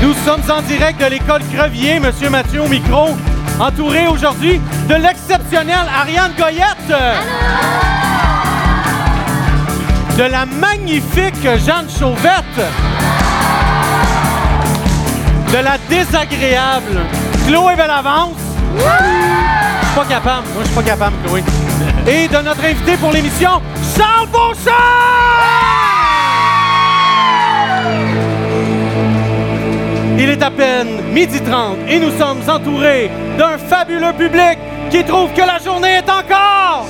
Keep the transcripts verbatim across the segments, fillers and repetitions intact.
Nous sommes en direct de l'école Crevier, Monsieur Mathieu au micro, entouré aujourd'hui de l'exceptionnelle Ariane Goyette. Allô! De la magnifique Jeanne Chauvette. De la désagréable Chloé Bellavance. Je suis pas capable, moi je suis pas capable, Chloé. Et de notre invité pour l'émission, Charles Beauchamp! Il est à peine midi trente et nous sommes entourés d'un fabuleux public qui trouve que la journée est encore...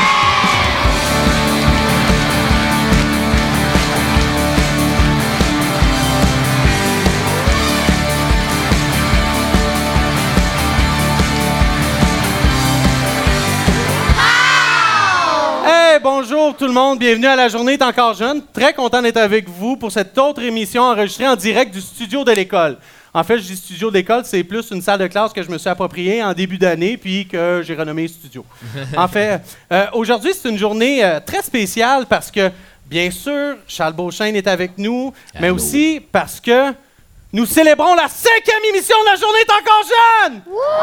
Hey, bonjour tout le monde, bienvenue à La Journée est encore jeune. Très content d'être avec vous pour cette autre émission enregistrée en direct du studio de l'école. En fait, je dis studio de l'école, c'est plus une salle de classe que je me suis appropriée en début d'année puis que j'ai renommé studio. En fait, euh, aujourd'hui, c'est une journée euh, très spéciale parce que, bien sûr, Charles Beauchamp est avec nous, Allô. Mais aussi parce que nous célébrons la cinquième émission de La Journée est encore jeune!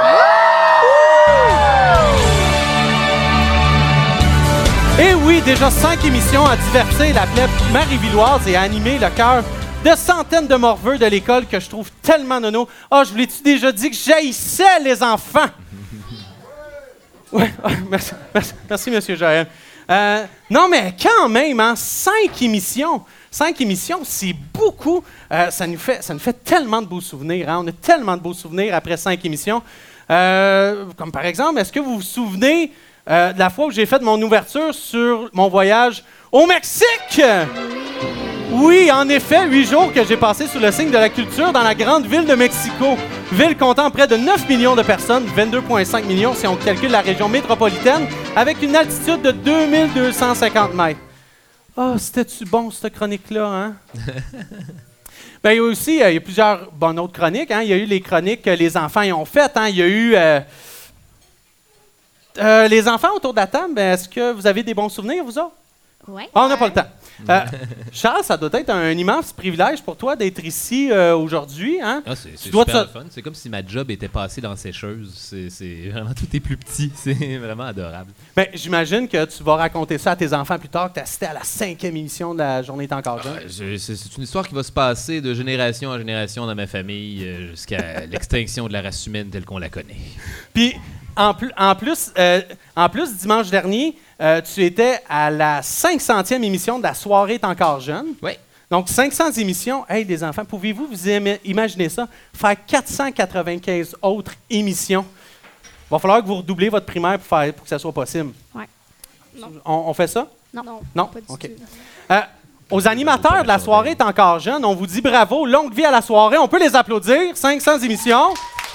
Et oui, déjà cinq émissions à divertir la plèbe marivilloise et à animer le cœur de centaines de morveux de l'école que je trouve tellement nono. Ah, oh, je vous l'ai-tu déjà dit que j'haïssais les enfants? Oui, oh, merci, merci, merci, M. Joël. Euh, non, mais quand même, hein, cinq émissions. Cinq émissions, c'est beaucoup. Euh, ça, nous fait, ça nous fait tellement de beaux souvenirs. Hein? On a tellement de beaux souvenirs après cinq émissions. Euh, comme par exemple, est-ce que vous vous souvenez Euh, de la fois où j'ai fait mon ouverture sur mon voyage au Mexique. Oui, en effet, huit jours que j'ai passé sous le signe de la culture dans la grande ville de Mexico. Ville comptant près de neuf millions de personnes, vingt-deux virgule cinq millions si on calcule la région métropolitaine, avec une altitude de deux mille deux cent cinquante mètres. Ah, oh, c'était-tu bon, cette chronique-là, hein? Ben, il y a aussi, euh, il y a plusieurs bonnes autres chroniques. Hein? Il y a eu les chroniques que les enfants y ont faites. Hein? Il y a eu... Euh, Euh, les enfants autour de la table, est-ce que vous avez des bons souvenirs, vous autres? Oui. Ah, on n'a pas le temps. Euh, Charles, ça doit être un immense privilège pour toi d'être ici euh, aujourd'hui. Hein? Ah, c'est c'est super te... fun. C'est comme si ma job était passée dans la sécheuse. C'est, c'est vraiment, tout est plus petit. C'est vraiment adorable. Ben, j'imagine que tu vas raconter ça à tes enfants plus tard, que tu as assisté à la cinquième émission de La Journée est encore jeune. Ah, je, c'est, c'est une histoire qui va se passer de génération en génération dans ma famille euh, jusqu'à l'extinction de la race humaine telle qu'on la connaît. Puis, En, pl- en, plus, euh, en plus, dimanche dernier, euh, tu étais à la cinq centième émission de La Soirée est encore jeune. Oui. Donc, cinq cents émissions. Hey, des enfants, pouvez-vous vous im- imaginer ça? Faire quatre cent quatre-vingt-quinze autres émissions. Il va falloir que vous redoublez votre primaire pour, faire, pour que ça soit possible. Oui. Non. On, on fait ça? Non. Non, non? Pas du OK. tout. Euh, aux animateurs de La Soirée est encore jeune, on vous dit bravo, longue vie à La Soirée. On peut les applaudir. cinq cents émissions.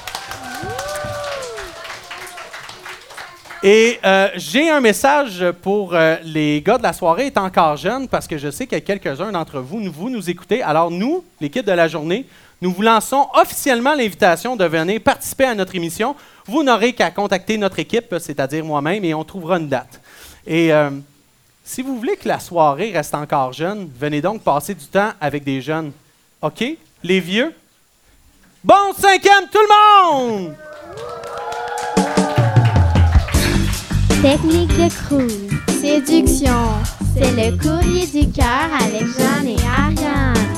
Et euh, j'ai un message pour euh, les gars de La Soirée est encore jeune parce que je sais qu'il y a quelques-uns d'entre vous, vous nous écoutez. Alors nous, l'équipe de La Journée, nous vous lançons officiellement l'invitation de venir participer à notre émission. Vous n'aurez qu'à contacter notre équipe, c'est-à-dire moi-même, et on trouvera une date. Et euh, si vous voulez que la soirée reste encore jeune, venez donc passer du temps avec des jeunes. OK? Les vieux? Bon cinquième, tout le monde! Technique de cruise. Séduction. C'est le courrier du cœur avec Jeanne et Ariane.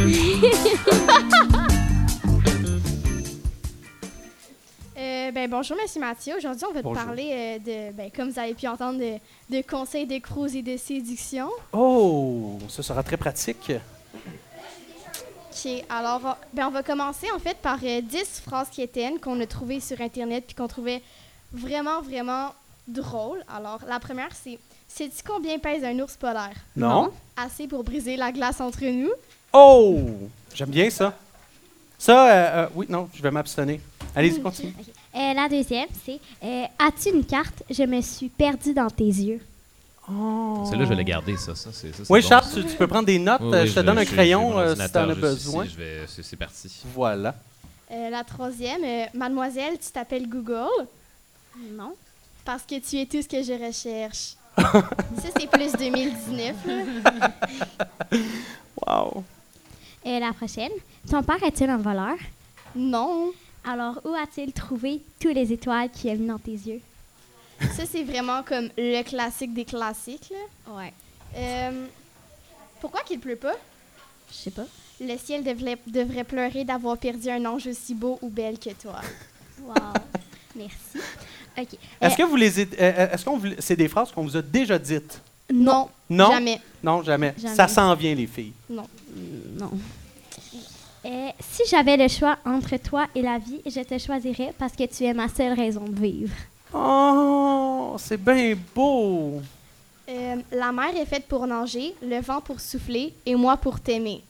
euh, ben, bonjour, M. Mathieu. Aujourd'hui, on va Bonjour. te parler euh, de, ben, comme vous avez pu entendre, de, de conseils de cruise et de séduction. Oh, ça sera très pratique. OK. Alors, on, ben, on va commencer, en fait, par euh, dix phrases quétaines qu'on a trouvées sur Internet puis qu'on trouvait vraiment, vraiment drôles. Alors, la première, c'est « Sais-tu combien pèse un ours polaire? » Non. Assez pour briser la glace entre nous. Oh! J'aime bien ça. Ça, euh, euh, oui, non, je vais m'abstenir. Allez-y, continue. Okay. Euh, la deuxième, c'est euh, « As-tu une carte? Je me suis perdue dans tes yeux. » Oh. Celle-là, je l'ai gardée, ça. ça, c'est, ça c'est oui, bon, Charles, ça. tu, tu peux prendre des notes. Oui, oui, je te donne un j'ai- crayon j'ai mon euh, si tu en as ordinateur juste besoin. ici, je vais- c'est, c'est parti. Voilà. Euh, la troisième, euh, « Mademoiselle, tu t'appelles Google? » Non. Parce que tu es tout ce que je recherche. Ça, c'est plus deux mille dix-neuf. Là. Wow. Et la prochaine. Ton père est-il un voleur? Non. Alors, où a-t-il trouvé toutes les étoiles qui aiment dans tes yeux? Ça, c'est vraiment comme le classique des classiques, là. Ouais. Euh, pourquoi qu'il pleut pas? Je sais pas. Le ciel devrait, devrait pleurer d'avoir perdu un ange aussi beau ou belle que toi. Wow. Merci. OK. Est-ce Euh, que vous les... êtes- euh, est-ce qu'on vous... C'est des phrases qu'on vous a déjà dites? Non. Non? Jamais. Non, jamais. Jamais. Ça s'en vient, les filles. Non. Non. Euh, si j'avais le choix entre toi et la vie, je te choisirais parce que tu es ma seule raison de vivre. Oh, c'est bien beau. Euh, la mer est faite pour nager, le vent pour souffler et moi pour t'aimer.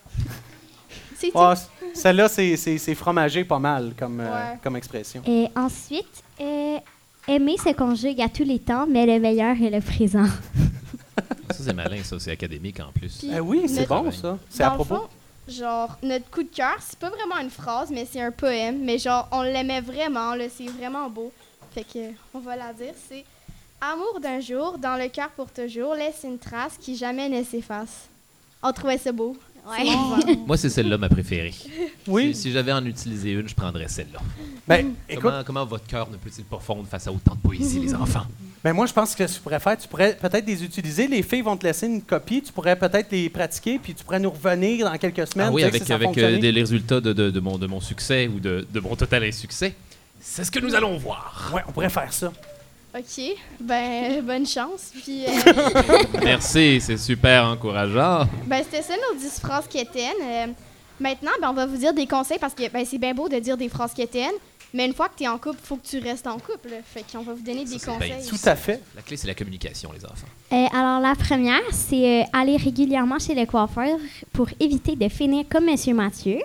C'est tout. Ah, c- celle-là, c'est, c'est, c'est fromagé pas mal comme, euh, Ouais. comme expression. Et ensuite, euh, aimer se conjugue à tous les temps, mais le meilleur est le présent. Ça, c'est malin, ça. C'est académique en plus. Puis Eh oui, c'est notre- bon, ça. C'est à Dans le propos. fond, genre, notre coup de cœur, c'est pas vraiment une phrase, mais c'est un poème. Mais genre, on l'aimait vraiment, là, c'est vraiment beau. Fait que, on va la dire, c'est « Amour d'un jour, dans le cœur pour toujours, laisse une trace qui jamais ne s'efface. » On trouvait ça beau. Ouais. Moi, c'est celle-là ma préférée. Oui. Si, si j'avais à en utiliser une, je prendrais celle-là. Ben, écoute, Comment, comment votre cœur ne peut-il pas fondre face à autant de poésie, les enfants? ben moi, je pense que ce que tu pourrais faire, tu pourrais peut-être les utiliser. Les filles vont te laisser une copie. Tu pourrais peut-être les pratiquer, puis tu pourrais nous revenir dans quelques semaines. Ah oui, dire avec, si ça a avec euh, fonctionné. des les résultats de, de, de mon, de mon succès ou de, de mon total insuccès. C'est ce que nous allons voir. Ouais, on pourrait faire ça. OK. Ben, bonne chance. Puis, euh, Merci, c'est super encourageant. ben, c'était ça nos dix phrases quétaines. Euh, maintenant, ben, on va vous dire des conseils parce que ben, c'est bien beau de dire des phrases quétaines, mais une fois que tu es en couple, il faut que tu restes en couple. Là. Fait qu'on va vous donner des Ça, c'est bien conseils. dit. Tout à fait. La clé, c'est la communication, les enfants. Euh, alors, la première, c'est euh, aller régulièrement chez le coiffeur pour éviter de finir comme Monsieur Mathieu.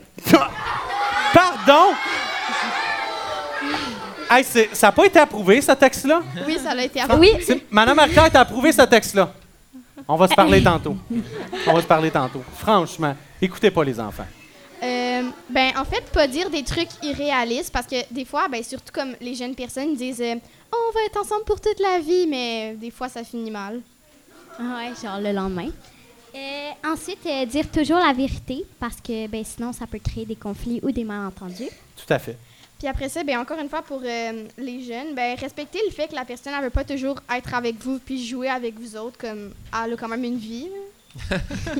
Pardon! Hey, c'est- ça n'a pas été approuvé, ce texte-là? Oui, ça a été Ah, approuvé. Oui. c'est- Madame Arcand a approuvé ce texte-là. On va se parler tantôt. On va se parler tantôt. Franchement, écoutez pas les enfants. Euh, ben, en fait, pas dire des trucs irréalistes parce que des fois, ben, surtout comme les jeunes personnes ils disent euh, oh, on va être ensemble pour toute la vie, mais des fois, ça finit mal. Ouais, genre le lendemain. Euh, ensuite, euh, dire toujours la vérité parce que ben, sinon, ça peut créer des conflits ou des malentendus. Tout à fait. Puis après ça, ben, encore une fois, pour euh, les jeunes, ben, respectez le fait que la personne ne veut pas toujours être avec vous puis jouer avec vous autres, comme elle a quand même une vie. là.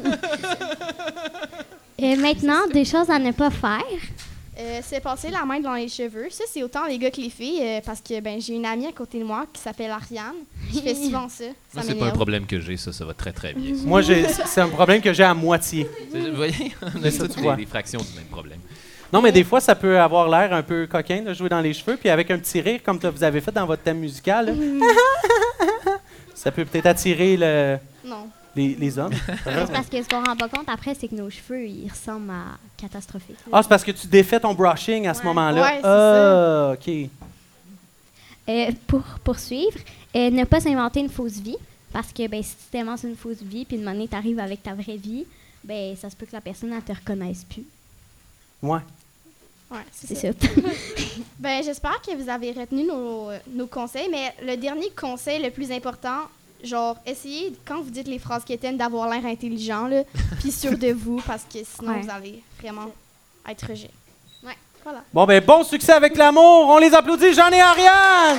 Et maintenant, des choses à ne pas faire. Euh, c'est passer la main dans les cheveux. Ça, c'est autant les gars que les filles, euh, parce que ben, j'ai une amie à côté de moi qui s'appelle Ariane. Je fais souvent ça. Ça Moi, c'est pas un m'énerve. problème que j'ai, ça, ça va très très bien. ça. Moi, j'ai, c'est un problème que j'ai à moitié. Vous voyez, on Mais a ça, toutes tu les, vois. les fractions du même problème. Non, mais des fois, ça peut avoir l'air un peu coquin de jouer dans les cheveux, puis avec un petit rire, comme t- vous avez fait dans votre thème musical, là, ça peut peut-être attirer le- Non. les, les hommes. C'est parce que ce qu'on rend pas compte après, c'est que nos cheveux, ils ressemblent à catastrophique. Ah, c'est parce que tu défais ton brushing à ce Ouais. moment-là. Ouais, c'est ah, OK. Euh, pour poursuivre, euh, ne pas s'inventer une fausse vie. Parce que ben, si tu t'inventes une fausse vie, puis une année, tu arrives avec ta vraie vie, ben, ça se peut que la personne ne te reconnaisse plus. Ouais. Ouais, c'est C'est ça. ça. Ben, j'espère que vous avez retenu nos, nos conseils, mais le dernier conseil le plus important, genre, essayez, quand vous dites les phrases quétaines, d'avoir l'air intelligent, là, puis sûr de vous, parce que sinon, Ouais. vous allez vraiment être rejet. Ouais. Voilà. Bon, ben, bon succès avec l'amour. On les applaudit, Jean et Ariane.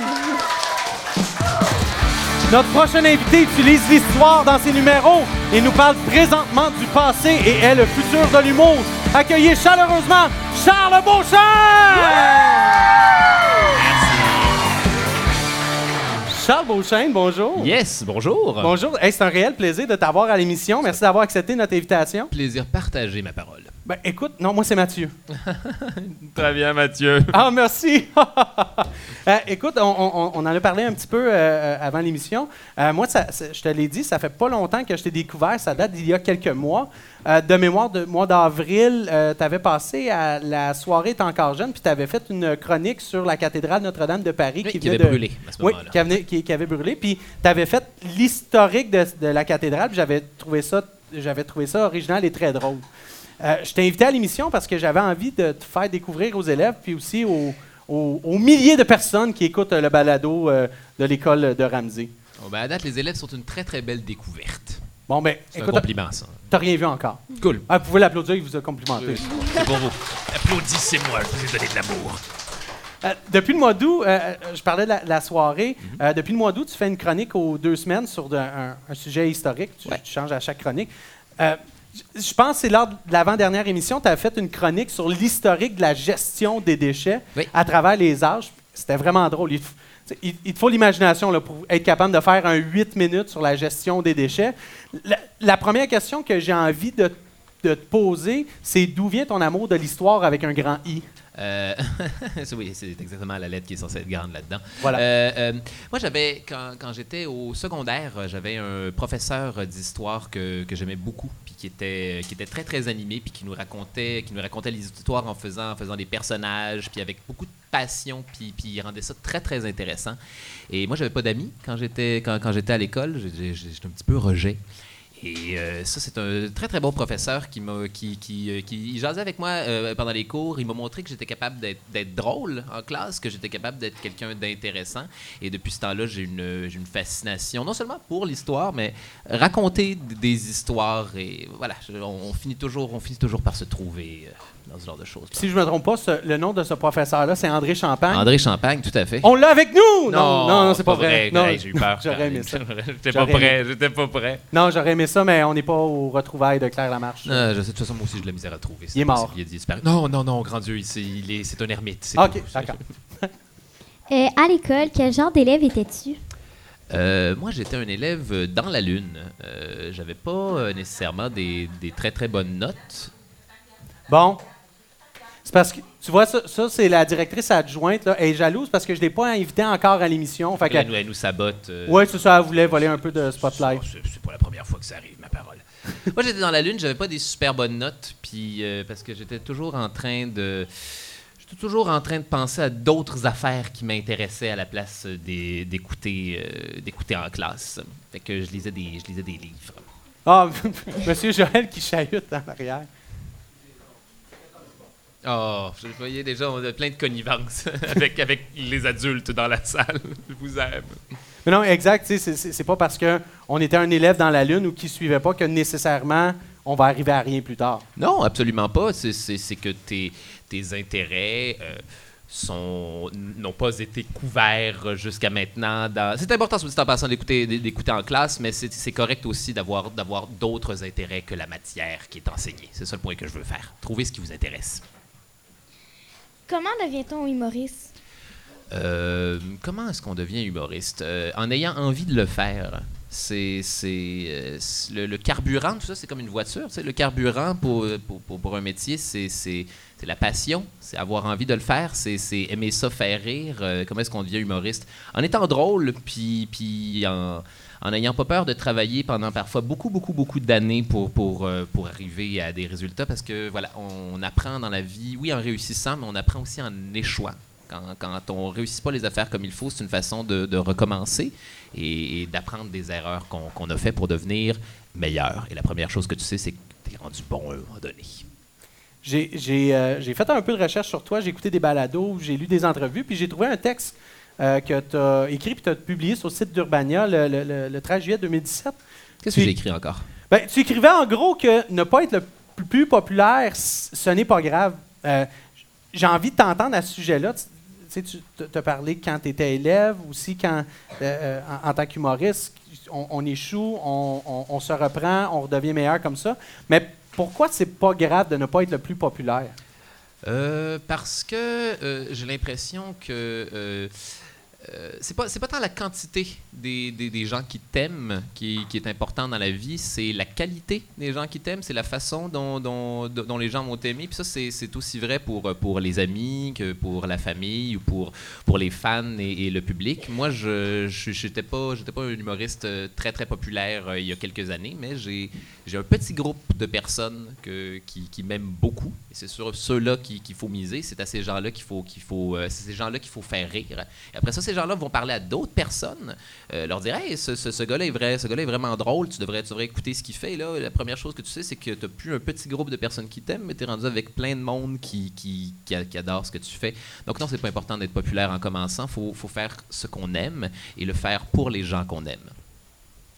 Notre prochain invité utilise l'histoire dans ses numéros et nous parle présentement du passé et est le futur de l'humour. Accueillez chaleureusement Charles Beauchamp! Charles Beauchamp, bonjour. Yes, bonjour. Bonjour. Hey, c'est un réel plaisir de t'avoir à l'émission. Merci d'avoir accepté notre invitation. Plaisir partagé, ma parole. Ben, écoute, non, moi, c'est Mathieu. Très bien, Mathieu. Ah, merci. Euh, écoute, on, on- on en a parlé un petit peu euh, avant l'émission. Euh, moi, ça- ça- je te l'ai dit, ça fait pas longtemps que je t'ai découvert. Ça date d'il y a quelques mois. Euh, de mémoire, de mois d'avril, tu avais passé à la soirée T'es encore jeune, puis tu avais fait une chronique sur la cathédrale Notre-Dame de Paris. Oui, qui venait avait de- brûlé à ce Oui, moment-là. qui avait, qui, qui avait brûlé. Puis tu avais fait l'historique de, de la cathédrale. puis J'avais trouvé ça, j'avais trouvé ça original et très drôle. Euh, je t'ai invité à l'émission parce que j'avais envie de te faire découvrir aux élèves, puis aussi aux, aux- aux milliers de personnes qui écoutent euh, le balado euh, de l'école de Ramsey. Oh, ben, à date, les élèves sont une très très belle découverte. Bon, ben, C'est écoute, un compliment, ça. t'as rien vu encore. Cool. Ah, vous pouvez l'applaudir, il vous a complimenté. C'est pour vous. Applaudissez-moi, je vous ai donné de l'amour. Euh, depuis le mois d'août, euh, je parlais de la, de la soirée. Mm-hmm. Euh, depuis le mois d'août, tu fais une chronique aux deux semaines sur de, un, un sujet historique. Tu, ouais. tu changes à chaque chronique. Euh, je pense que c'est lors de l'avant-dernière émission, tu as fait une chronique sur l'historique de la gestion des déchets oui. à travers les âges. C'était vraiment drôle. Il, il, il te faut l'imagination là, pour être capable de faire un huit minutes sur la gestion des déchets. La, la première question que j'ai envie de, de te poser, c'est d'où vient ton amour de l'histoire avec un grand I? Euh, oui, c'est exactement la lettre qui est censée être grande là-dedans. Voilà. Euh, euh, moi, j'avais, quand, quand j'étais au secondaire, j'avais un professeur d'histoire que, que j'aimais beaucoup, puis qui était, qui était très, très animé, puis qui nous racontait, qui nous racontait les histoires en faisant, en faisant des personnages, puis avec beaucoup de passion, puis, puis il rendait ça très, très intéressant. Et moi, j'avais pas d'amis quand j'étais, quand, quand j'étais à l'école. J'étais un petit peu rejet. Et euh, ça, c'est un très, très bon professeur qui m'a qui, qui, euh, qui il jasait avec moi euh, pendant les cours. Il m'a montré que j'étais capable d'être, d'être drôle en classe, que j'étais capable d'être quelqu'un d'intéressant. Et depuis ce temps-là, j'ai une, j'ai une fascination, non seulement pour l'histoire, mais raconter des histoires. Et voilà, on, on, finit, toujours, on finit toujours par se trouver euh, dans ce genre de choses. Si je ne me trompe pas, ce, le nom de ce professeur-là, c'est André Champagne. André Champagne, tout à fait. On l'a avec nous! Non, non, non c'est pas, pas vrai. vrai. Non, hey, j'ai eu peur. J'aurais aimé ça. J'étais pas prêt. J'étais pas prêt. Non, j'aurais aimé ça, mais on n'est pas aux retrouvailles de Claire Lamarche. Non, je sais, de toute façon, moi aussi, j'ai de la misère à trouver. Il est mort. Il a disparu. Non, non, non, grand Dieu, il, il est, c'est un ermite. C'est OK, tout. d'accord. euh, à l'école, quel genre d'élève étais-tu? Euh, moi, j'étais un élève dans la lune. Euh, j'avais pas euh, nécessairement des, des très, très bonnes notes. Bon. C'est parce que, tu vois, ça, ça c'est la directrice adjointe. Là, elle est jalouse parce que je ne l'ai pas invitée encore à l'émission. Fait elle, nous, elle nous sabote. Euh, oui, c'est ça. Elle voulait voler un peu de spotlight. C'est, c'est pas la première fois que ça arrive, ma parole. Moi, j'étais dans la lune, j'avais pas des super bonnes notes, puis euh, parce que j'étais toujours en train de... J'étais toujours en train de penser à d'autres affaires qui m'intéressaient à la place des, d'écouter, euh, d'écouter en classe. Fait que je lisais des, je lisais des livres. Ah, Monsieur Joël qui chahute en arrière. Oh, je voyais déjà, on a plein de connivences avec, avec les adultes dans la salle. Je vous aime. Mais non, exact. C'est, c'est, c'est pas parce qu'on était un élève dans la Lune ou qui ne suivait pas que nécessairement on va arriver à rien plus tard. Non, absolument pas. C'est, c'est, c'est que tes, tes intérêts euh, sont, n'ont pas été couverts jusqu'à maintenant. Dans... C'est important, soit dit en passant, d'écouter, d'écouter en classe, mais c'est, c'est correct aussi d'avoir, d'avoir d'autres intérêts que la matière qui est enseignée. C'est ça le point que je veux faire. Trouver ce qui vous intéresse. Comment devient-on humoriste? Euh, comment est-ce qu'on devient humoriste? Euh, en ayant envie de le faire. C'est, c'est, euh, c'est le, le carburant, tout ça, c'est comme une voiture. Tu sais, le carburant pour, pour, pour, pour un métier, c'est, c'est, c'est la passion, c'est avoir envie de le faire, c'est, c'est aimer ça, faire rire. Euh, comment est-ce qu'on devient humoriste? En étant drôle, puis, puis en, en n'ayant pas peur de travailler pendant parfois beaucoup, beaucoup, beaucoup d'années pour, pour, euh, pour arriver à des résultats, parce que voilà, on, on apprend dans la vie, oui, en réussissant, mais on apprend aussi en échouant. Quand, quand on ne réussit pas les affaires comme il faut, c'est une façon de, de recommencer et, et d'apprendre des erreurs qu'on, qu'on a fait pour devenir meilleur. Et la première chose que tu sais, c'est que tu es rendu bon à un moment donné. J'ai, j'ai, euh, j'ai fait un peu de recherche sur toi, j'ai écouté des balados, j'ai lu des entrevues, puis j'ai trouvé un texte euh, que tu as écrit et tu as publié sur le site d'Urbania le, le, le, le treize juillet deux mille dix-sept. Qu'est-ce puis, que j'ai écrit encore? Ben, tu écrivais en gros que ne pas être le plus, plus populaire, ce n'est pas grave. Euh, j'ai envie de t'entendre à ce sujet-là. Tu sais, tu t'as parlé quand tu étais élève, aussi quand, euh, en, en tant qu'humoriste, on, on échoue, on, on, on se reprend, on redevient meilleur comme ça. Mais pourquoi c'est pas grave de ne pas être le plus populaire? Euh, parce que euh, j'ai l'impression que euh, euh, c'est pas c'est pas tant la quantité des, des, des gens qui t'aiment qui, qui est important dans la vie, c'est la qualité des gens qui t'aiment, c'est la façon dont, dont, dont les gens vont t'aimer. Puis ça, c'est, c'est aussi vrai pour, pour les amis que pour la famille ou pour, pour les fans et, et le public. Moi, je j'étais pas j'étais pas un humoriste très très populaire euh, il y a quelques années, mais j'ai j'ai un petit groupe de personnes que, qui, qui m'aiment beaucoup. Et c'est sur ceux-là qu'il, qu'il faut miser. C'est à ces gens-là qu'il faut qu'il faut euh, c'est ces gens-là qu'il faut faire rire. Et après ça, ces gens-là vont parler à d'autres personnes, euh, leur dire hey, ce, ce, ce gars-là est vrai, ce gars-là est vraiment drôle, tu devrais, tu devrais écouter ce qu'il fait. Là, la première chose que tu sais, c'est que tu n'as plus un petit groupe de personnes qui t'aiment, mais tu es rendu avec plein de monde qui, qui, qui, qui adore ce que tu fais. Donc non, c'est pas important d'être populaire en commençant. Il faut, faut faire ce qu'on aime et le faire pour les gens qu'on aime.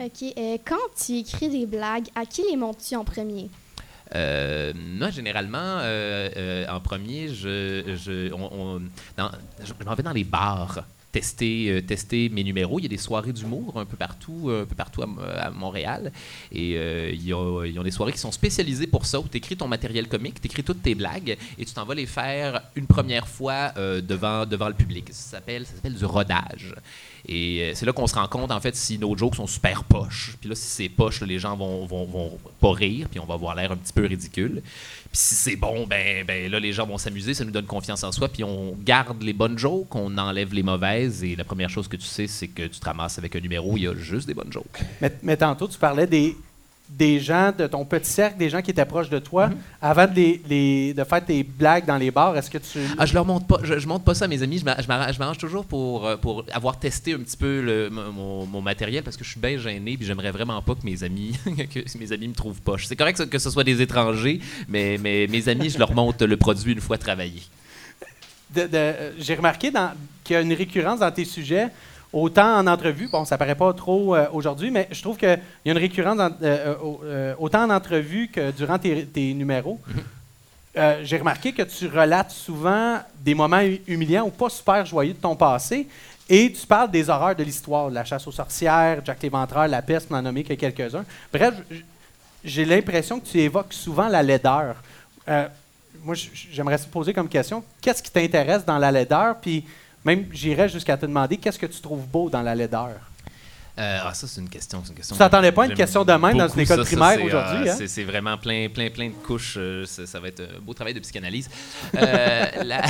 OK. Euh, quand tu écris des blagues, à qui les montres-tu en premier? Euh, moi, généralement, euh, euh, en premier, je, je, on, on, dans, je, je m'en vais dans les bars tester, euh, tester mes numéros. Il y a des soirées d'humour un peu partout, un peu partout à, à Montréal. Et euh, il y a, ils ont des soirées qui sont spécialisées pour ça, où tu écris ton matériel comique, tu écris toutes tes blagues et tu t'en vas les faire une première fois euh, devant, devant le public. Ça s'appelle, ça s'appelle du rodage. Et euh, c'est là qu'on se rend compte, en fait, si nos jokes sont super poches. Puis là, si c'est poche, là, les gens vont, vont, vont pas rire, puis on va avoir l'air un petit peu ridicule. Puis si c'est bon, ben, ben là, les gens vont s'amuser, ça nous donne confiance en soi, puis on garde les bonnes jokes, on enlève les mauvaises, et la première chose que tu sais, c'est que tu te ramasses avec un numéro où il y a juste des bonnes jokes. Mais, mais tantôt, tu parlais des, des gens de ton petit cercle, des gens qui étaient proches de toi, mm-hmm. avant de, les, les, de faire tes blagues dans les bars. Est-ce que tu... Ah, je leur montre pas, je, je montre pas ça à mes amis. Je m'arrange toujours pour, pour avoir testé un petit peu le, mon, mon matériel, parce que je suis bien gêné, puis j'aimerais vraiment pas que mes amis que mes amis me trouvent poche. C'est correct que ce soit des étrangers, mais, mais mes amis, je leur montre le produit une fois travaillé. De, de, j'ai remarqué dans, qu'il y a une récurrence dans tes sujets. Autant en entrevue, bon, ça paraît pas trop euh, aujourd'hui, mais je trouve qu'il y a une récurrence en, euh, euh, autant en entrevue que durant tes, tes numéros. Mm-hmm. Euh, j'ai remarqué que tu relates souvent des moments humiliants ou pas super joyeux de ton passé, et tu parles des horreurs de l'histoire, de la chasse aux sorcières, Jack l'Éventreur, la peste, pour n'en nommer que quelques-uns. Bref, j'ai l'impression que tu évoques souvent la laideur. Euh, moi, j'aimerais te poser comme question, qu'est-ce qui t'intéresse dans la laideur, puis même, j'irais jusqu'à te demander, qu'est-ce que tu trouves beau dans la laideur? Euh, ah, ça, c'est une question. Une question tu t'attendais pas à une question de même dans une école ça, primaire ça, aujourd'hui? Euh, hein? C'est vraiment plein, plein, plein de couches. Euh, ça, ça va être un beau travail de psychanalyse. Euh, la...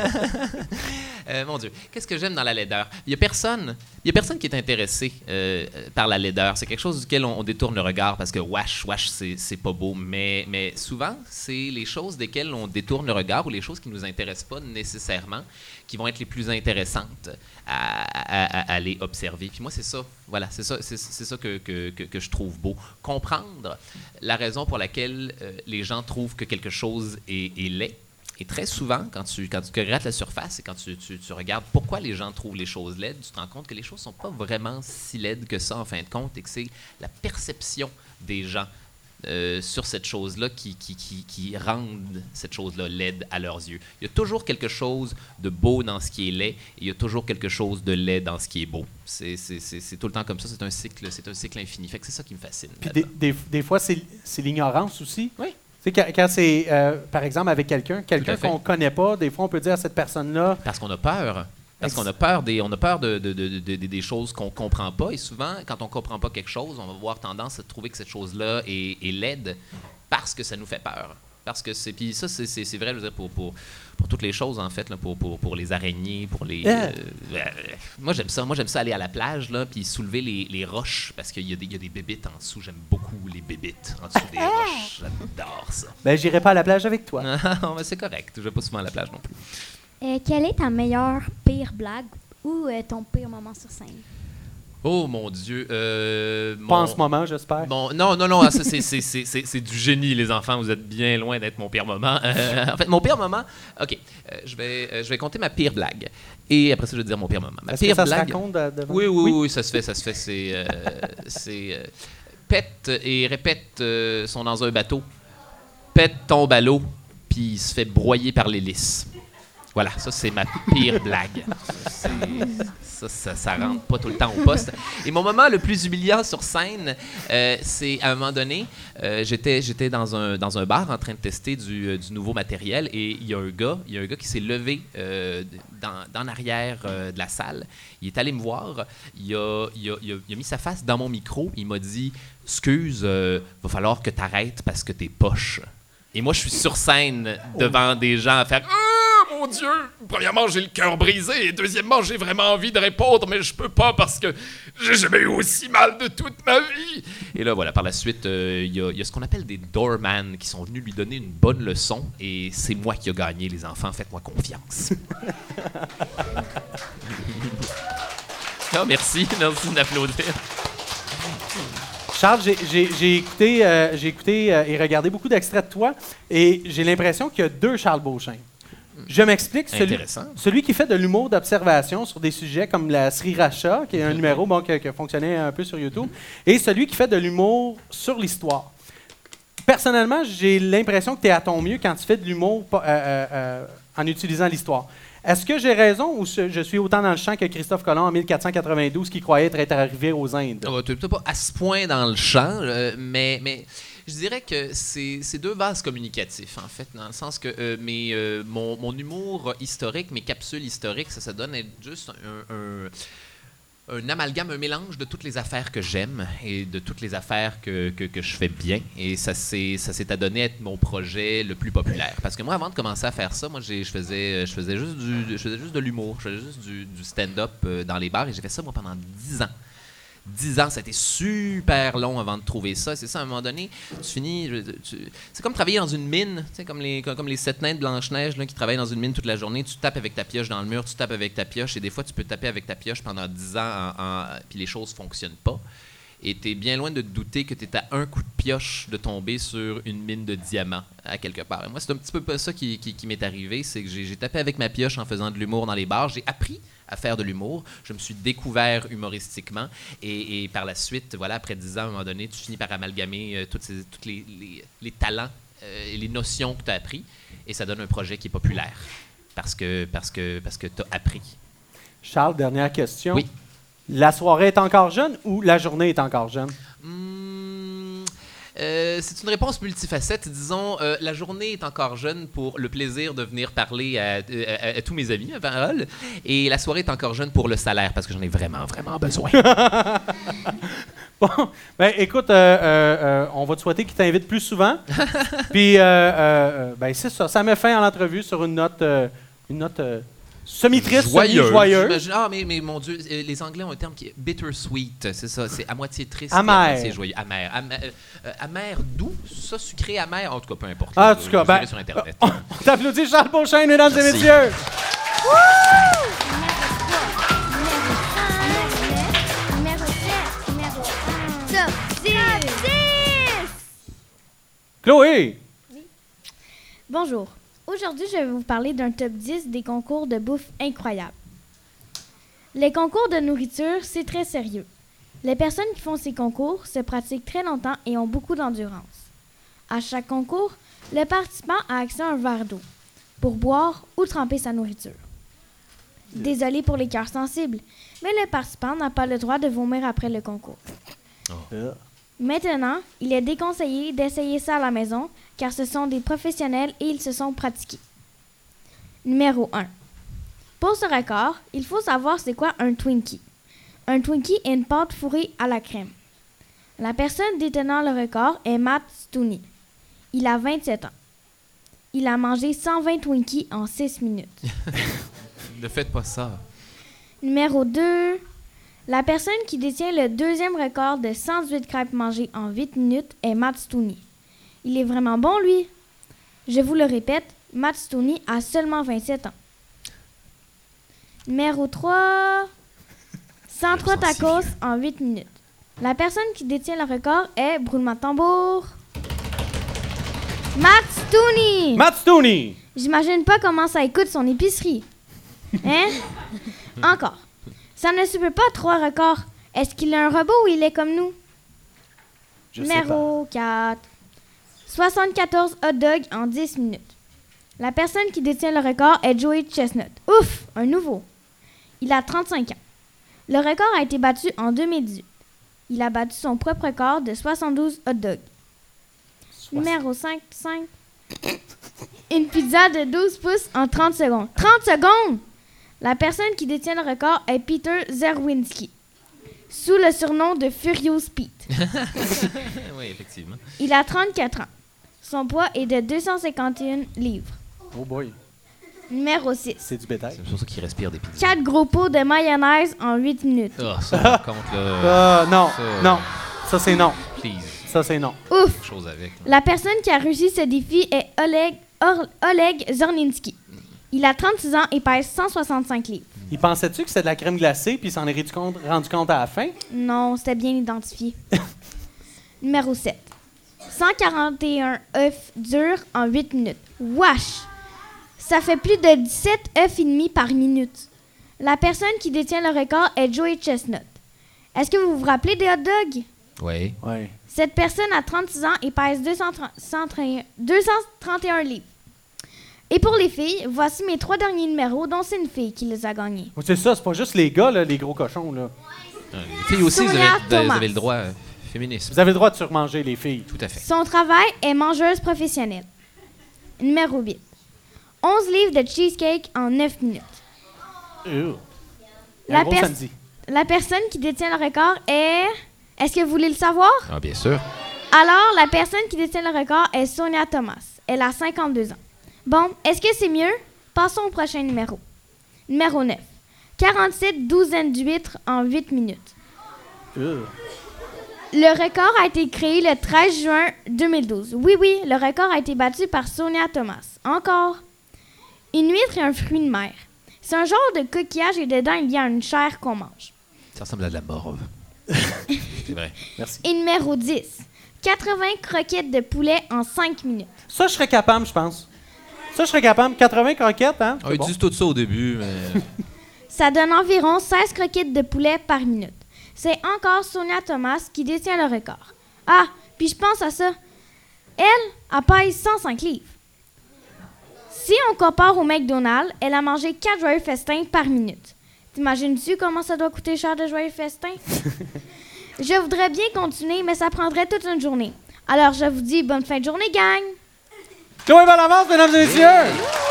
euh, mon Dieu, qu'est-ce que j'aime dans la laideur? Il n'y a personne, il y a personne qui est intéressé euh, par la laideur. C'est quelque chose duquel on, on détourne le regard parce que wesh, wesh, c'est pas beau. Mais, mais souvent, c'est les choses desquelles on détourne le regard ou les choses qui ne nous intéressent pas nécessairement qui vont être les plus intéressantes à, à, à aller observer. Puis moi, c'est ça. Voilà, c'est ça, c'est, c'est ça que, que, que, que je trouve beau. Comprendre la raison pour laquelle euh, les gens trouvent que quelque chose est, est laid. Et très souvent, quand tu, quand tu grattes la surface et quand tu, tu, tu regardes pourquoi les gens trouvent les choses laides, tu te rends compte que les choses ne sont pas vraiment si laides que ça, en fin de compte, et que c'est la perception des gens Euh, sur cette chose-là qui, qui, qui, qui rendent cette chose-là laide à leurs yeux. Il y a toujours quelque chose de beau dans ce qui est laid et il y a toujours quelque chose de laid dans ce qui est beau. C'est, c'est, c'est, c'est tout le temps comme ça. C'est un cycle, c'est un cycle infini. Fait que c'est ça qui me fascine. Puis des, des, des fois, c'est, c'est l'ignorance aussi. Oui. Tu sais, quand, quand c'est, euh, par exemple, avec quelqu'un, quelqu'un qu'on ne connaît pas, des fois, on peut dire à cette personne-là... Parce qu'on a peur. Parce qu'on a peur des, on a peur de, de, de, de, de, des choses qu'on ne comprend pas. Et souvent, quand on ne comprend pas quelque chose, on va avoir tendance à trouver que cette chose-là est, est laide parce que ça nous fait peur. Parce que c'est, puis ça, c'est, c'est, c'est vrai, je veux dire, pour, pour, pour toutes les choses, en fait, là, pour, pour, pour les araignées, pour les... Yeah. Euh, euh, moi, j'aime ça. Moi, j'aime ça aller à la plage, là, puis soulever les, les roches, parce qu'il y a des, il y a des bébites en dessous. J'aime beaucoup les bébites en dessous des roches. J'adore ça. Ben, j'irai pas à la plage avec toi. Non, mais c'est correct. Je vais pas souvent à la plage non plus. Euh, quelle est ta meilleure pire blague ou euh, ton pire moment sur scène? Oh mon Dieu. Euh, Pas mon, en ce moment, j'espère. Bon, non, non, non, ça, c'est, c'est, c'est, c'est, c'est du génie, les enfants. Vous êtes bien loin d'être mon pire moment. Euh, en fait, mon pire moment, OK, euh, je, vais, euh, je vais compter ma pire blague. Et après ça, je vais dire mon pire moment. Ma Est-ce pire que ça blague, se raconte devant? Oui, oui, oui, oui, ça se fait, ça se fait. C'est, euh, c'est euh, pète et répète euh, sont dans un bateau. Pète tombe à l'eau, puis il se fait broyer par l'hélice. Voilà, ça, c'est ma pire blague. C'est, ça, ça, ça rentre pas tout le temps au poste. Et mon moment le plus humiliant sur scène, euh, c'est à un moment donné, euh, j'étais, j'étais dans un, dans un bar en train de tester du, euh, du nouveau matériel et il y a un gars, il y a un gars qui s'est levé euh, dans, dans l'arrière euh, de la salle. Il est allé me voir, il a, il a, il a, il a mis sa face dans mon micro, il m'a dit « Excuse, euh, va falloir que t'arrêtes parce que t'es poche. » Et moi, je suis sur scène devant des gens à faire « Mon Dieu! Premièrement, j'ai le cœur brisé et deuxièmement, j'ai vraiment envie de répondre, mais je peux pas parce que j'ai jamais eu aussi mal de toute ma vie. » Et là, voilà, par la suite, il euh, y, y a ce qu'on appelle des doorman qui sont venus lui donner une bonne leçon et c'est moi qui ai gagné, les enfants. Faites-moi confiance. Oh, merci. Merci d'applaudir. Charles, j'ai, j'ai, j'ai écouté, euh, j'ai écouté euh, et regardé beaucoup d'extraits de toi et j'ai l'impression qu'il y a deux Charles Beauchesne. Je m'explique. Celui, Intéressant. celui qui fait de l'humour d'observation sur des sujets comme la Sriracha, qui est un numéro bon, qui, qui a fonctionné un peu sur YouTube, et celui qui fait de l'humour sur l'histoire. Personnellement, j'ai l'impression que tu es à ton mieux quand tu fais de l'humour euh, euh, euh, en utilisant l'histoire. Est-ce que j'ai raison ou je suis autant dans le champ que Christophe Colomb en mille quatre cent quatre-vingt-douze qui croyait être arrivé aux Indes? Oh, tu n'es pas à ce point dans le champ, euh, mais, mais je dirais que c'est, c'est deux vases communicatifs, en fait, dans le sens que euh, mes, euh, mon, mon humour historique, mes capsules historiques, ça, ça donne être juste un, un, un amalgame, un mélange de toutes les affaires que j'aime et de toutes les affaires que, que, que je fais bien. Et ça s'est, ça s'est adonné être mon projet le plus populaire. Parce que moi, avant de commencer à faire ça, moi, j'ai, je, faisais, je, faisais juste du, je faisais juste de l'humour. Je faisais juste du, du stand-up euh, dans les bars. Et j'ai fait ça, moi, pendant dix ans. Dix ans, ça a été super long avant de trouver ça. C'est ça, à un moment donné, tu finis... Tu, c'est comme travailler dans une mine, tu sais, comme les, comme les sept nains de Blanche-Neige là, qui travaillent dans une mine toute la journée. Tu tapes avec ta pioche dans le mur, tu tapes avec ta pioche, et des fois, tu peux taper avec ta pioche pendant dix ans, en, en, puis les choses ne fonctionnent pas. Et tu es bien loin de te douter que tu es à un coup de pioche de tomber sur une mine de diamants à quelque part. Et moi, c'est un petit peu ça qui, qui, qui m'est arrivé, c'est que j'ai, j'ai tapé avec ma pioche en faisant de l'humour dans les bars. J'ai appris à faire de l'humour. Je me suis découvert humoristiquement. Et, et par la suite, voilà, après dix ans, à un moment donné, tu finis par amalgamer euh, tous les, les, les talents euh, et les notions que tu as appris. Et ça donne un projet qui est populaire. Parce que, parce que, parce que tu as appris. Charles, dernière question. Oui. La soirée est encore jeune ou la journée est encore jeune? Hum, euh, c'est une réponse multifacette. Disons, euh, la journée est encore jeune pour le plaisir de venir parler à, à, à, à tous mes amis, à parole. Et la soirée est encore jeune pour le salaire, parce que j'en ai vraiment, vraiment besoin. Bon, ben écoute, euh, euh, euh, on va te souhaiter qu'il t'invite plus souvent. Puis, euh, euh, ben c'est ça. Ça met fin à l'entrevue sur une note, euh, une note euh, semi-triste, semi-joyeuse. Ah, mais, mais mon Dieu, les Anglais ont un terme qui est bittersweet. C'est ça, c'est à moitié triste. Amer. À moitié joyeux. Amer. Amer, euh, amer doux, ça, sucré, amer. En tout cas, peu importe. Ah, en tout cas, ben, sur Internet. On, on t'applaudit Charles Beauchesne, mesdames Merci. et messieurs. Chloé! Bonjour. Aujourd'hui, je vais vous parler d'un top dix des concours de bouffe incroyables. Les concours de nourriture, c'est très sérieux. Les personnes qui font ces concours se pratiquent très longtemps et ont beaucoup d'endurance. À chaque concours, le participant a accès à un verre d'eau pour boire ou tremper sa nourriture. Désolé pour les cœurs sensibles, mais le participant n'a pas le droit de vomir après le concours. Oh. Maintenant, il est déconseillé d'essayer ça à la maison, car ce sont des professionnels et ils se sont pratiqués. Numéro un. Pour ce record, il faut savoir c'est quoi un Twinkie. Un Twinkie est une pâte fourrée à la crème. La personne détenant le record est Matt Stooney. Il a vingt-sept ans. Il a mangé cent vingt Twinkies en six minutes. Ne faites pas ça. Numéro deux. La personne qui détient le deuxième record de cent dix-huit crêpes mangées en huit minutes est Matt Stooney. Il est vraiment bon, lui. Je vous le répète, Matt Stooney a seulement vingt-sept ans. Numéro trois. cent trois tacos en huit minutes. La personne qui détient le record est, roulement de tambour, Matt Stooney. Matt Stooney! J'imagine pas comment ça coûte son épicerie. Hein? Encore. Ça ne se peut pas, trois records. Est-ce qu'il a un robot ou il est comme nous? Je Numéro quatre. soixante-quatorze hot dogs en dix minutes. La personne qui détient le record est Joey Chestnut. Ouf! Un nouveau. Il a trente-cinq ans. Le record a été battu en deux mille dix-huit. Il a battu son propre record de soixante-douze hot dogs. Numéro cinq. cinq. Une pizza de douze pouces en trente secondes. trente secondes! La personne qui détient le record est Peter Zerwinski, sous le surnom de Furious Pete. Oui, effectivement. Il a trente-quatre ans. Son poids est de deux cent cinquante et un livres. Oh boy, Numéro six. c'est du bétail. C'est pour ça qu'il respire des pizzas. quatre gros pots de mayonnaise en huit minutes. Ah, ça, par contre, là... Ah, non, ça, non. Ça, c'est non. Please, Ça, c'est non. Ouf! quelque chose avec. là. La personne qui a réussi ce défi est Oleg, Or- Oleg Zorninski. Il a trente-six ans et pèse cent soixante-cinq livres. Il pensait-tu que c'était de la crème glacée puis il s'en est rendu compte, rendu compte à la fin? Non, c'était bien identifié. Numéro sept. cent quarante et un œufs durs en huit minutes. Wesh! Ça fait plus de dix-sept œufs et demi par minute. La personne qui détient le record est Joey Chestnut. Est-ce que vous vous rappelez des hot dogs? Oui. Ouais. Cette personne a trente-six ans et pèse deux cent trente et un livres. Et pour les filles, voici mes trois derniers numéros, dont c'est une fille qui les a gagnés. Oh, c'est ça, c'est pas juste les gars, là, les gros cochons. Là. Les filles aussi, vous avez, vous avez- vous avez le droit euh, féminisme. Vous avez le droit de surmanger, les filles. Tout à fait. Son travail est mangeuse professionnelle. Numéro huit. onze livres de cheesecake en neuf minutes. Euh. La Un gros pers- samedi. La personne qui détient le record est... Est-ce que vous voulez le savoir? Ah, bien sûr. Alors, la personne qui détient le record est Sonia Thomas. Elle a cinquante-deux ans. Bon, est-ce que c'est mieux? Passons au prochain numéro. Numéro neuf. quarante-sept douzaines d'huîtres en huit minutes. Euh. Le record a été créé le treize juin deux mille douze. Oui, oui, le record a été battu par Sonia Thomas. Encore. Une huître est un fruit de mer. C'est un genre de coquillage et dedans, il y a une chair qu'on mange. Ça ressemble à de la morve. C'est vrai. Merci. Et numéro dix. quatre-vingts croquettes de poulet en cinq minutes. Ça, je serais capable, je pense. Ça, je serais capable. quatre-vingts croquettes, hein? On C'est ils bon. disent tout ça au début, mais... Ça donne environ seize croquettes de poulet par minute. C'est encore Sonia Thomas qui détient le record. Ah, puis je pense à ça. Elle, elle pèse cent cinq livres. Si on compare au McDonald's, elle a mangé quatre joyeux festins par minute. T'imagines-tu comment ça doit coûter cher de joyeux festins? Je voudrais bien continuer, mais ça prendrait toute une journée. Alors, je vous dis bonne fin de journée, gang! Chloé Ballavance, mesdames et messieurs!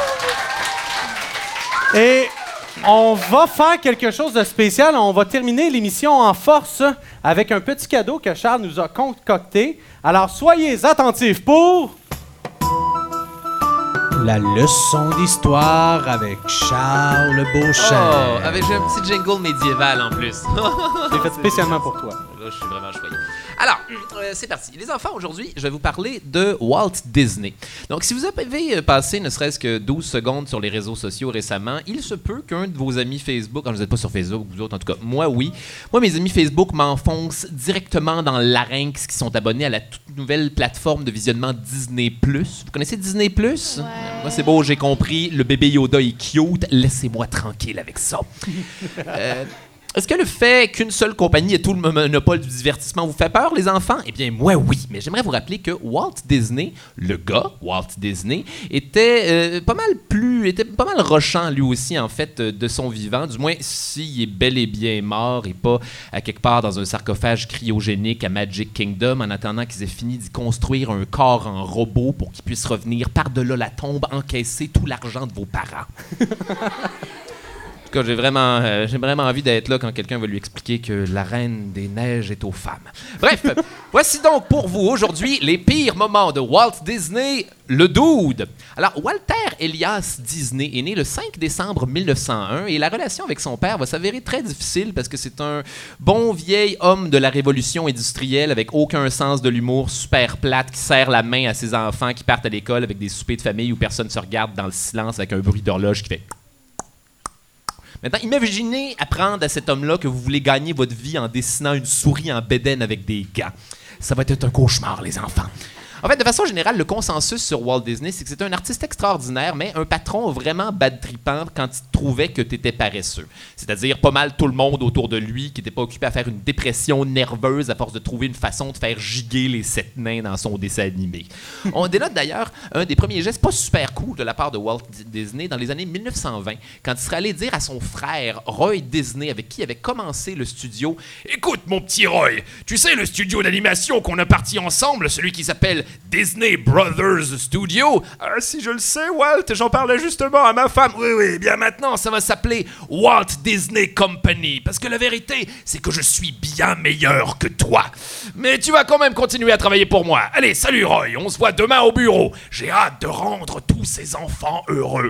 Et on va faire quelque chose de spécial. On va terminer l'émission en force avec un petit cadeau que Charles nous a concocté. Alors, soyez attentifs pour... La leçon d'histoire avec Charles Beauchesne. Oh, avec j'ai un petit jingle médiéval en plus. C'est fait spécialement pour toi. Là, je suis vraiment choyé. Alors, euh, c'est parti. Les enfants, aujourd'hui, je vais vous parler de Walt Disney. Donc, si vous avez passé ne serait-ce que douze secondes sur les réseaux sociaux récemment, il se peut qu'un de vos amis Facebook, quand vous n'êtes pas sur Facebook, vous autres, en tout cas, moi, oui. Moi, mes amis Facebook m'enfoncent directement dans le larynx qui sont abonnés à la toute nouvelle plateforme de visionnement Disney plus. Vous connaissez Disney plus? Ouais. Moi, c'est beau, j'ai compris. Le bébé Yoda est cute. Laissez-moi tranquille avec ça. euh, Est-ce que le fait qu'une seule compagnie ait tout le monopole du divertissement vous fait peur, les enfants? Eh bien, moi, oui. Mais j'aimerais vous rappeler que Walt Disney, le gars, Walt Disney, était euh, pas mal plus... était pas mal rochant, lui aussi, en fait, euh, de son vivant. Du moins, s'il est bel et bien mort et pas à quelque part dans un sarcophage cryogénique à Magic Kingdom, en attendant qu'ils aient fini d'y construire un corps en robot pour qu'il puisse revenir par-delà la tombe, encaisser tout l'argent de vos parents. J'ai vraiment, euh, j'ai vraiment envie d'être là quand quelqu'un va lui expliquer que la reine des neiges est aux femmes. Bref, voici donc pour vous aujourd'hui les pires moments de Walt Disney, le dude. Alors, Walter Elias Disney est né le cinq décembre mille neuf cent un et la relation avec son père va s'avérer très difficile parce que c'est un bon vieil homme de la révolution industrielle avec aucun sens de l'humour, super plate, qui serre la main à ses enfants qui partent à l'école avec des soupers de famille où personne se regarde dans le silence avec un bruit d'horloge qui fait... Maintenant, imaginez apprendre à cet homme-là que vous voulez gagner votre vie en dessinant une souris en bédaine avec des gants. Ça va être un cauchemar, les enfants. En fait, de façon générale, le consensus sur Walt Disney, c'est que c'était un artiste extraordinaire, mais un patron vraiment bad-tripant quand il trouvait que tu étais paresseux. C'est-à-dire pas mal tout le monde autour de lui qui n'était pas occupé à faire une dépression nerveuse à force de trouver une façon de faire giguer les sept nains dans son dessin animé. On dénote d'ailleurs un des premiers gestes pas super cool de la part de Walt Disney dans les années mille neuf cent vingt, quand il serait allé dire à son frère Roy Disney, avec qui il avait commencé le studio, « Écoute, mon petit Roy, tu sais le studio d'animation qu'on a parti ensemble, celui qui s'appelle Disney Brothers Studio. Ah, si je le sais, Walt, j'en parlais justement à ma femme. Oui, oui, bien maintenant, ça va s'appeler Walt Disney Company. Parce que la vérité, c'est que je suis bien meilleur que toi. Mais tu vas quand même continuer à travailler pour moi. Allez, salut Roy, on se voit demain au bureau. J'ai hâte de rendre tous ces enfants heureux.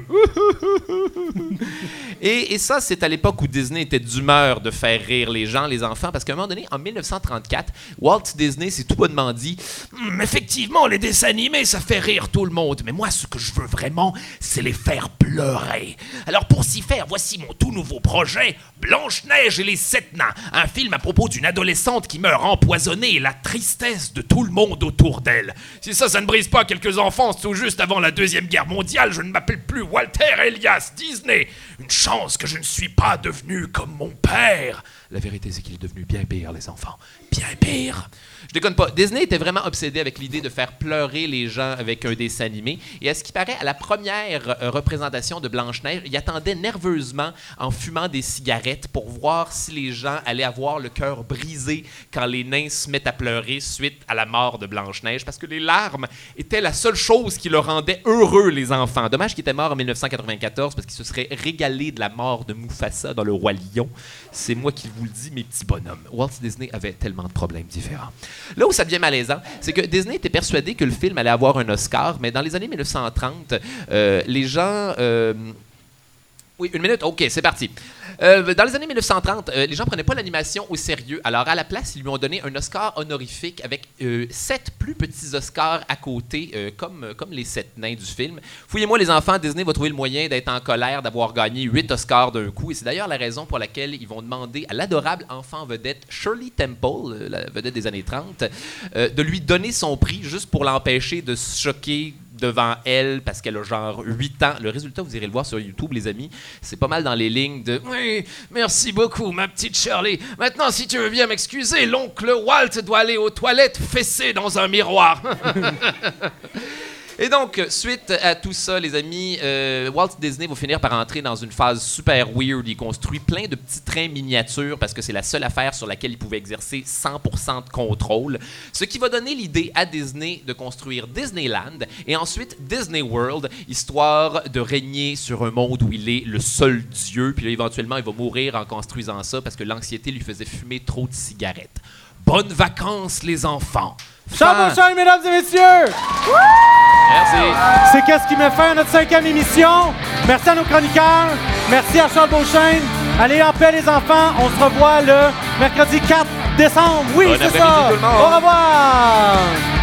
et, et ça, c'est à l'époque où Disney était d'humeur de faire rire les gens, les enfants, parce qu'à un moment donné, en mille neuf cent trente-quatre, Walt Disney s'est tout bonnement dit hm, « Effectivement, les dessins animés, ça fait rire tout le monde, mais moi, ce que je veux vraiment, c'est les faire pleurer. Alors pour s'y faire, voici mon tout nouveau projet, Blanche-Neige et les Sept Nains, un film à propos d'une adolescente qui meurt empoisonnée et la tristesse de tout le monde autour d'elle. Si ça, ça ne brise pas quelques enfances tout juste avant la Deuxième Guerre mondiale, je ne m'appelle plus Walter Elias Disney. Une chance que je ne suis pas devenu comme mon père. La vérité, c'est qu'il est devenu bien pire, les enfants. Bien pire. Je déconne pas. Disney était vraiment obsédé avec l'idée de faire pleurer les gens avec un dessin animé. Et à ce qui paraît, à la première euh, représentation de Blanche-Neige, il attendait nerveusement en fumant des cigarettes pour voir si les gens allaient avoir le cœur brisé quand les nains se mettent à pleurer suite à la mort de Blanche-Neige, parce que les larmes étaient la seule chose qui leur rendait heureux, les enfants. Dommage qu'il était mort en dix-neuf cent quatre-vingt-quatorze parce qu'il se serait régalé de la mort de Mufasa dans Le Roi Lion. C'est moi qui vous le dis, mes petits bonhommes. Walt Disney avait tellement de problèmes différents. Là où ça devient malaisant, c'est que Disney était persuadé que le film allait avoir un Oscar, mais dans les années dix-neuf cent trente, euh, les gens... Euh, oui, une minute? OK, c'est parti. Euh, dans les années dix-neuf cent trente, euh, les gens ne prenaient pas l'animation au sérieux. Alors, à la place, ils lui ont donné un Oscar honorifique avec euh, sept plus petits Oscars à côté, euh, comme, comme les sept nains du film. Fouillez-moi, les enfants, Disney va trouver le moyen d'être en colère, d'avoir gagné huit Oscars d'un coup. Et c'est d'ailleurs la raison pour laquelle ils vont demander à l'adorable enfant vedette Shirley Temple, euh, la vedette des années trente, euh, de lui donner son prix juste pour l'empêcher de se choquer devant elle parce qu'elle a genre huit ans. Le résultat, vous irez le voir sur YouTube, les amis. C'est pas mal dans les lignes de « Oui, merci beaucoup, ma petite Shirley. Maintenant, si tu veux bien m'excuser, l'oncle Walt doit aller aux toilettes fessé dans un miroir. » Et donc, suite à tout ça, les amis, euh, Walt Disney va finir par entrer dans une phase super weird. Il construit plein de petits trains miniatures parce que c'est la seule affaire sur laquelle il pouvait exercer cent pour cent de contrôle. Ce qui va donner l'idée à Disney de construire Disneyland et ensuite Disney World, histoire de régner sur un monde où il est le seul dieu. Puis là, éventuellement, il va mourir en construisant ça parce que l'anxiété lui faisait fumer trop de cigarettes. Bonnes vacances, les enfants! Charles Beauchesne, mesdames et messieurs! Merci. C'est qu'est-ce qui met fin à notre cinquième émission. Merci à nos chroniqueurs. Merci à Charles Beauchesne. Allez en paix, les enfants. On se revoit le mercredi quatre décembre. Oui, Bon c'est après-midi, ça. tout le monde. Au revoir.